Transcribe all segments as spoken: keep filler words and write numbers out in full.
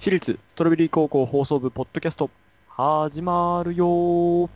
私立ストロベリー高校放送部ポッドキャスト始まるよー。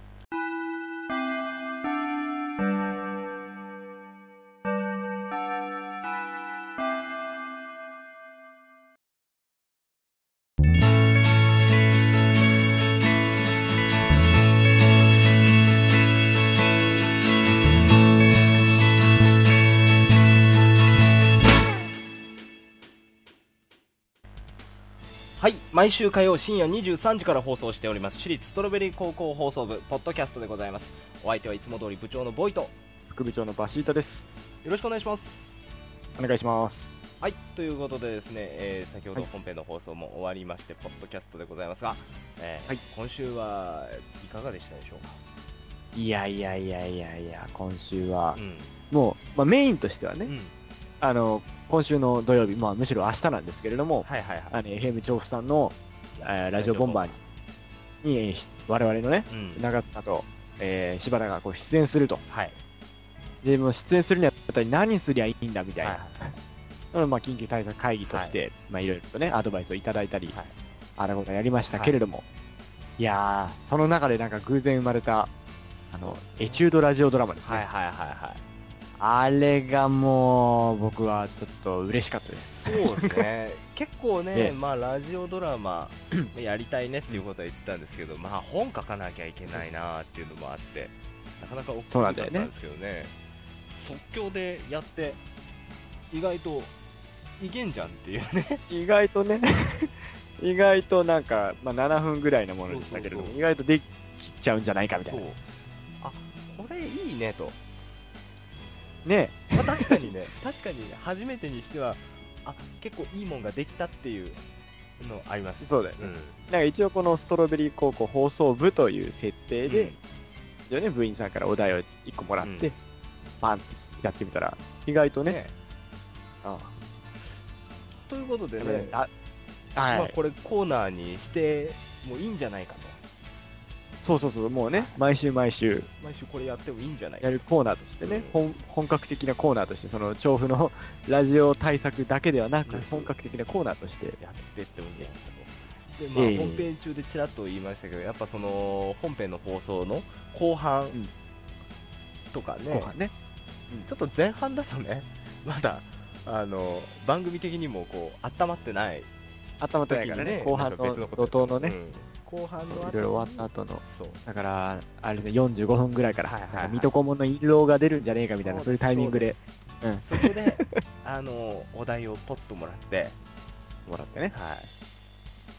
はい、毎週火曜深夜にじゅうさんじから放送しております私立ストロベリー高校放送部ポッドキャストでございます。お相手はいつも通り部長のボイト、 副部長のバシータです。 よろしくお願いします。 お願いします。 はい、ということでですね、えー、先ほど本編の放送も終わりまして、はい、ポッドキャストでございますが、えーはい、今週はいかがでしたでしょうか。 いやいやいやいやいや、今週は、 うん、 もう、まあ、メインとしてはね、 うん、 あの今週の土曜日、まあ、むしろ明日なんですけれども、 はいはいはい、 あの エフエム 調布さんの、えー、ラジオボンバーに、に我々のね、うん、長塚と、えー、柴田がこう出演すると。 はい、 でも出演するには何すりゃいいんだみたいな。はいはい、まあ、緊急対策会議として、はい、まあ、いろいろとね、アドバイスをいただいたり、はい、あらことやりましたけれども、はい、いやー、その中でなんか偶然生まれた、あの、エチュードラジオドラマですね。 はいはいはいはい。 あれがもう、僕はちょっと嬉しかったです。 そうですね。結構ね、ね、まあ、ラジオドラマやりたいねっていうことは言ってたんですけど、まあ、本書かなきゃいけないなっていうのもあって、なかなか大きかったんですけどね、即興でやって、意外といけんじゃんっていうね。 意外とね、意外となんか、まあ、ななふんぐらいのものでしたけれども、そうそうそう、意外とできちゃうんじゃないかみたいな。 あ、これいいねと。 ねまあ、確かにね、確かに初めてにしては、あ、結構いいもんができたっていうのあります。 そうだよね。うん、なんか一応このストロベリー高校放送部という設定で、うん、ね、部員さんからお題をいっこもらって、うん、パンってやってみたら、意外とね。ね、 ああ、ということでね、 あ、はい、 まあ、これコーナーにしてもいいんじゃないかと。 そうそうそう、もうね、毎週毎週、 毎週これやってもいいんじゃないかやるコーナーとしてね、うん、本, 本格的なコーナーとして、その調布のラジオ対策だけではなく、本格的なコーナーとしてやっていってもいいんじゃないかと。で、まあ、えー、本編中でちらっと言いましたけど、やっぱその本編の放送の後半とかね、 後半ね、 うん、ちょっと前半だとね、まだあの番組的にもこう温まってない、 温まってないからね、後半の怒涛のね。うん、 後半のいろいろ終わった後の、そうだからあれね、よんじゅうごふんぐらいから、はいはいはい、水戸黄門の印籠が出るんじゃねえかみたいな、そういうタイミングで、 そ, うん、そこであのお題をポッともらってもらってね、 はい、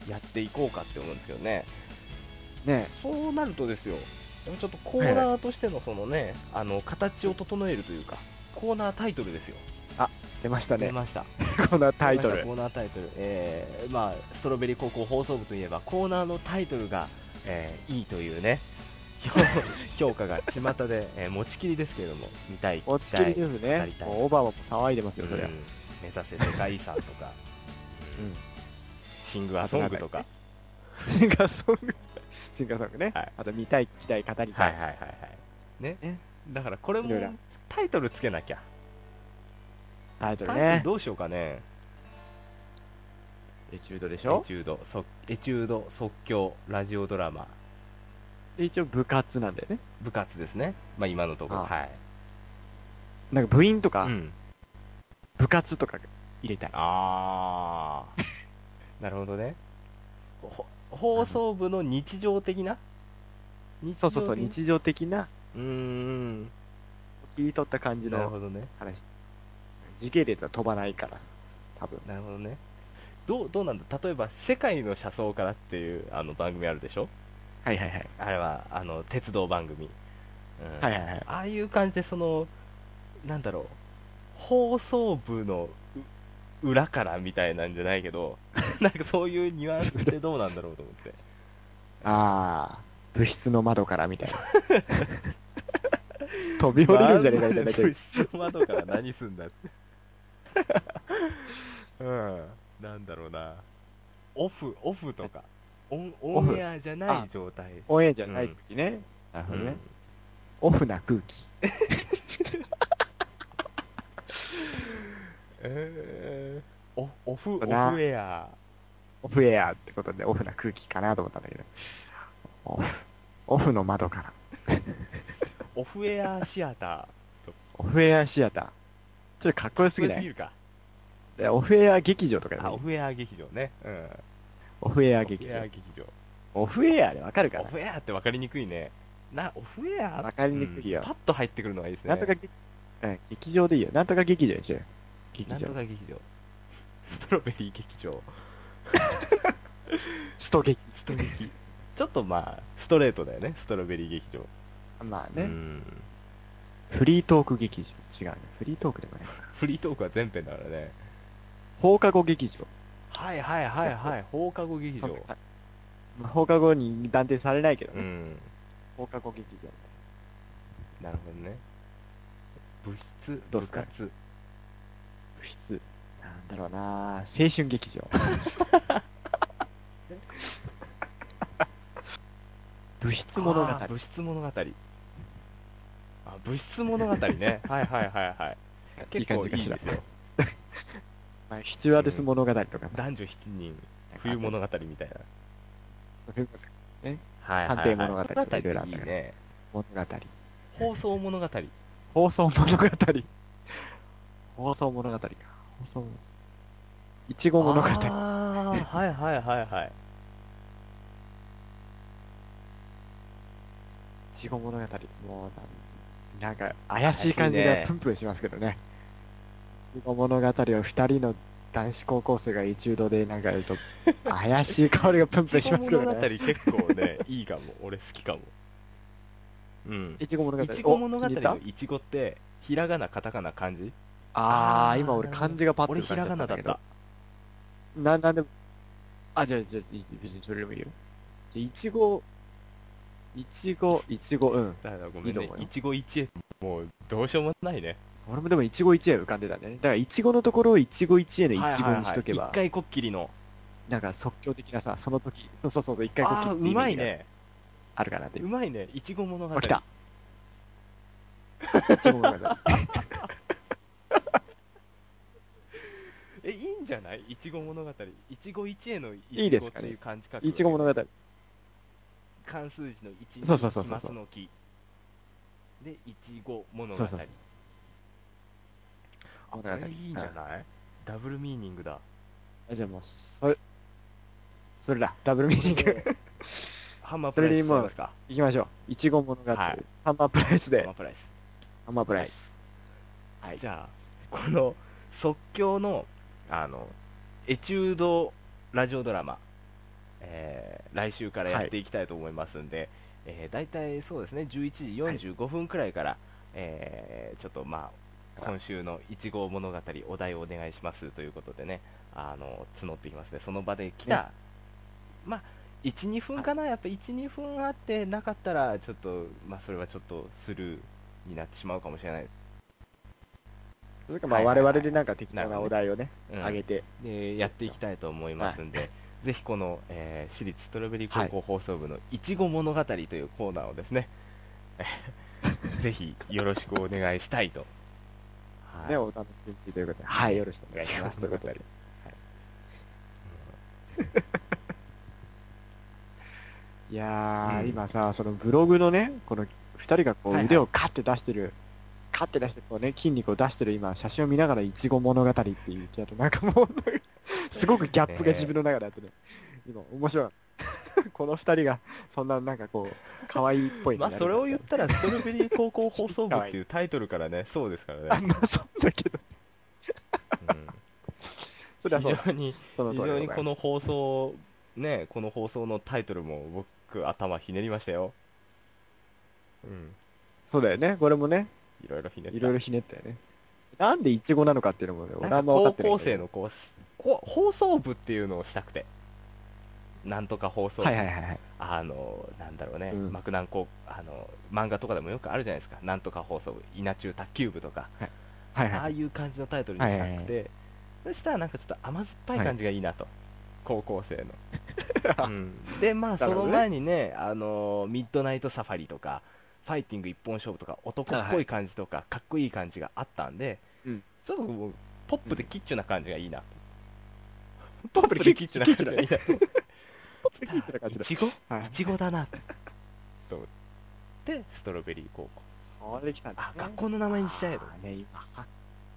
やっていこうかって思うんですけどね。 ね、 そうなるとですよ、ちょっとコーナーとしてのそのね、はいはい、あの形を整えるというか、コーナータイトルですよ。 あ、出ましたね。 出ました。 コーナータイトル。 コーナータイトル。えー、まあストロベリー高校放送部といえばコーナーのタイトルが、えー、いいというね評価が巷で、えー、持ちきりですけれども、見たい、 持ちきりですね。オバマも騒いでますよ、それは。 目指せ世界遺産とか、うん、シングアソングとか。 シンガーソング、シンガーソングね。はい、あと見たい、聞きたい、語りたい。 はいはいはいはい。ね。ね、だからこれもタイトルつけなきゃ。 タイトルね。 タイトルどうしようかね。 エチュードでしょ。 エチュード、エチュード即興ラジオドラマ。 一応部活なんだよね。 部活ですね。まあ今のところ。はい。 なんか部員とか、 うん、 部活とか入れたい。 ああ。なるほどね。放送部の日常的な。 日常的な、そうそうそう、日常的な。 うーん。 切り取った感じの話。 なるほどね。 時系列は飛ばないから多分。 なるほどね。どうどうなんだ。例えば世界の車窓からっていうあの番組あるでしょ。 はいはいはい。 あれはあの鉄道番組、 うん、はいはいはい。 ああいう感じで、そのなんだろう、放送部の裏からみたいなんじゃないけどなんかそういうニュアンスってどうなんだろうと思ってああ、部室の窓からみたいな飛び降りるんじゃねえかみたいな。 部室の窓から何すんだってうん、なんだろうな、オフ、オフとか、オン、オンエアじゃない状態。 オンエアじゃない時ね。うん、なるほどね。うん、オフな空気。 えー、オオフ、オフエア。 オフエアってことでオフな空気かなと思ったんだけど、オフ、オフの窓から。 オフエアシアターと。 オフエアシアター。ちょっとかっこよすぎない？ かっこよすぎるか。 でオフエア劇場とかであ、 もいい。 オフエア劇場ね。うん。 オフエア劇場。 オフエア劇場。 オフエアでわかるかな？ オフエアって分かりにくいね。な、オフエアわかりにくいよ。 うん、パッと入ってくるのがいいですね。 なんとか劇、うん、劇場でいいよ。なんとか劇場でしょ。劇場。 なんとか劇場。ストロベリー劇場。 スト劇。 スト劇。ちょっとまあ、ストレートだよね、ストロベリー劇場。 まあね。 うん。 フリートーク劇場。違うね。フリートークでもない。 フリートークは全編だからね。 放課後劇場。 はいはいはいはい、放課後劇場。 まあ、放課後に断定されないけどね。 うん。 放課後劇場。 なるほどね。部室、部どうすか？ 活。 部室。なんだろうな青春劇場。部室物語。 あー部室物語。あ、部室物語ね。はいはいはいはい。 いい結構感じかしら。 いいですよ。 まあ、シチュアデス物語とかさ。 男女しちにん、冬物語みたいな。 そういうことね。 はいはい、はい。 探偵物語とか物いろいろあったからいいね。 物語。 放送物語。 放送物語。放送物語か。放送。いちご物語。 ああ、はいはいはいはい。 いちご物語。もうなん、なんか怪しい感じがプンプンしますけどね。いちご物語を二人の男子高校生がエチュードでなんかやると、怪しい香りがプンプンしますけどいちご物語ね。 結構ね、いいかも。俺好きかも。うん。 いちご物語。 いちご物語お気に入ったのいちごって、ひらがな、カタカナ、漢字あー、 あー今俺漢字がパッと俺浮かんじゃひらがなだっんけどた。 な、なんでも、あ、じゃあ、じゃあ、いい別にそれでもいいよ。じゃあ、いちご、いちご、いちご、うん。 だからごめんねいいと思う、よいちご一会、もうどうしようもないね。 俺もでもいちご一会浮かんでたんだよね。だからいちごのところをいちご一会のいちごにしとけば、 一回こっきりの。 なんか即興的なさ、その時、そうそうそうそう、一回こうああ、う切ってイメージがまいね。 あるかなっていうう。まいね。いちご物語。 あ、来た。いちご物語。 え、いいんじゃないいちご物語。いちご一会のいいいですかねちごっていう漢字書く。 いちご物語。 漢数字のいちにそうそうそうそう飛沫の木でいちご物語。 そうそうそう。 あ、これいいんじゃない、ダブルミーニングだ。 あじゃあもう、それ、それだ、ダブルミーニング。 ハンマープライスしちゃいますか。 行きましょう。いちご物語。 はいハンマープライスハンでマー。プライス。 ハンマープライス。はい。 じゃあ、この即興の、あの、エチュードラジオドラマ、えー来週からやっていきたいと思いますんで、えー大体そうですね、じゅういちじよんじゅうごふんくらいから、えーちょっとまあ、今週のいちご物語、お題をお願いしますということでね、あの募ってきますね、その場で来た、 ねまあ、いち、にふんかな、やっぱいち、にふんあってなかったら、ちょっと、まあ、それはちょっとスルーになってしまうかもしれない。 それかまあ我はいはいはい 々でなんか適当なお題をね、 うんあげて。 でやっていきたいと思いますんで、ぜひこの、えー私立ストロベリー高校放送部のいちご物語というコーナーをですね、ぜひよろしくお願いしたいと。はいね、お楽しみということで、はい、よろしくお願いします。ということで。はいいやー、 うん今さ、そのブログのね、この二人がこはいはいう腕をカッて出してる、カッて出してこうね、筋肉を出してる今、写真を見ながらいちご物語って言っちゃうと、なんかもう、すごくギャップが自分の中であってね、今面白い。この二人が、そんななんかこう、可愛いっぽいのまあやるそれを言ったらストロベリー高校放送部かわいいっていうタイトルからね、そうですからね、 あ、まあそうだけど、 うんそれはそうだ非常にその通りでございます非常にこの放送ね、この放送のタイトルも僕頭ひねりましたよ。うんそうだよね、これもね、 いろいろひねった。 いろいろひねったよね。なんでイチゴなのかっていうのもね、俺なんかあんま分か高校ってないんだけど。 生のこうすこう放送部っていうのをしたくて、なんとか放送部、 はいはいはいはい。 あのなんだろうね、 うん幕南高あの漫画とかでもよくあるじゃないですか、なんとか放送部、稲中卓球部とか、 はいはい。 ああいう感じのタイトルにしたくて、そしたらなんかちょっと甘酸っぱい感じがいいなと、高校生の。うんで、まあその前にね、あのミッドナイトサファリとか、ファイティング一本勝負とか、男っぽい感じとか、かっこいい感じがあったんで、 うんちょっともうポップでキッチュな感じがいいなと。 ポップリキッチな感じがいいな。 ポップリキッチな感じだ。 いちごはいいちごだなと思って、ストロベリー高校。 それ来たんですね。 あ、学校の名前にしちゃえと。 あーね、今。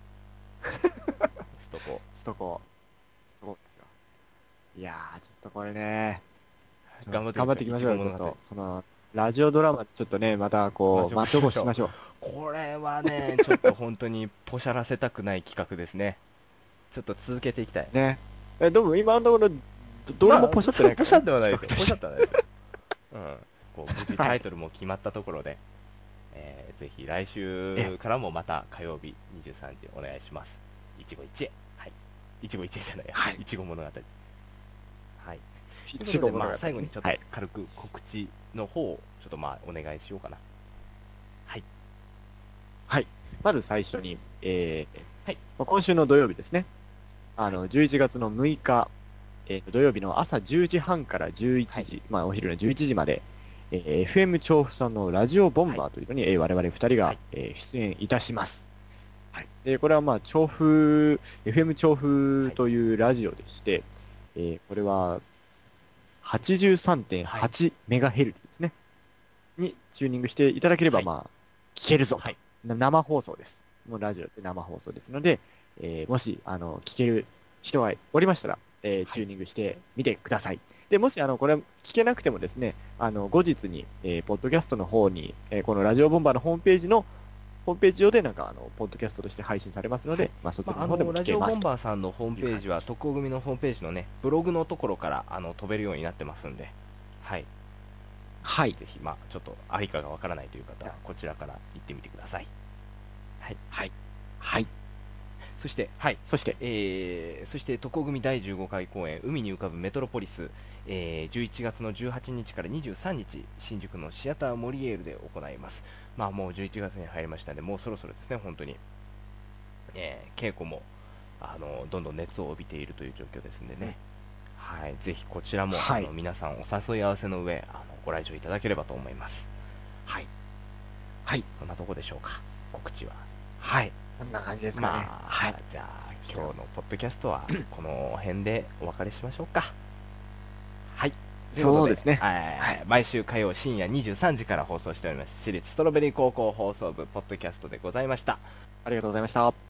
ストコ。 ストコ。そうですよ。いやー、ちょっとこれね、 頑張って頑張っていきましょうよ、ちょっと。その、ラジオドラマ、ちょっとね、またこう、 まあ町おこししましょう。 これはね、ちょっと本当にポシャらせたくない企画ですね。ちょっと続けていきたい。 ね。え、でも今のところ、どれもポシャってないから、 ポシャってはないですよ。ポシャってはないですよ。うん。こう、無事タイトルも決まったところで、えー、ぜひ来週からもまた火曜日にじゅうさんじお願いします。一期一会。はい。一期一会じゃない。はい。いちご物語。はい。ということで、まあ、最後にちょっと軽く告知の方を、ちょっとまあ、お願いしようかな。はい。 はい。まず最初に、えー、 はい。 今週の土曜日ですね。あの、じゅういちがつのむいか、えー、土曜日の朝じゅうじはんからじゅういちじ、はい、まあ、お昼のじゅういちじまで、えー、エフエム 調布さんのラジオボンバーというのに、はい、えー、我々ふたりが、はい、えー、出演いたします。はい。で、これはまあ、調布、エフエム 調布というラジオでして、はい、えー、これは、はちじゅうさんてんはちメガヘルツですね。にチューニングしていただければ、まあ、聞けるぞと、はい。生放送です。もうラジオって生放送ですので、えー、もし、あの、聞ける人がおりましたら、えー、チューニングしてみてください。はい、で、もし、あの、これ聞けなくてもですね、あの、後日に、えー、ポッドキャストの方に、えー、このラジオボンバーのホームページの、ホームページ上でなんか、あの、ポッドキャストとして配信されますので、はい、まあ、そちらの方でも聞けますと、まあ、ラジオボンバーさんのホームページは、特攻組のホームページのね、ブログのところから、あの、飛べるようになってますんで、はい。 はい。 ぜひ、まあ、ちょっと、ありかがわからないという方は、こちらから行ってみてください。はい。 はい。はい。 そして、はい。 そして、 えー、そして、特攻組だいじゅうごかい公演、海に浮かぶメトロポリス、えー、じゅういちがつのじゅうはちにちからにじゅうさんにち、新宿のシアターモリエールで行います。まあ、もうじゅういちがつに入りましたので、もうそろそろですね、本当に。えー、稽古も、あの、どんどん熱を帯びているという状況ですんでね。はい。ぜひ、こちらも、はい、あの、皆さんお誘い合わせの上、あの、ご来場いただければと思います。はい。 はい。 こんなとこでしょうか、告知は。はい。 こんな感じですかね。 まあ、はい。じゃあ、今日のポッドキャストは、この辺でお別れしましょうか。はい。 そうですね。 はい。毎週火曜深夜にじゅうさんじから放送しております。私立ストロベリー高校放送部、ポッドキャストでございました。 ありがとうございました。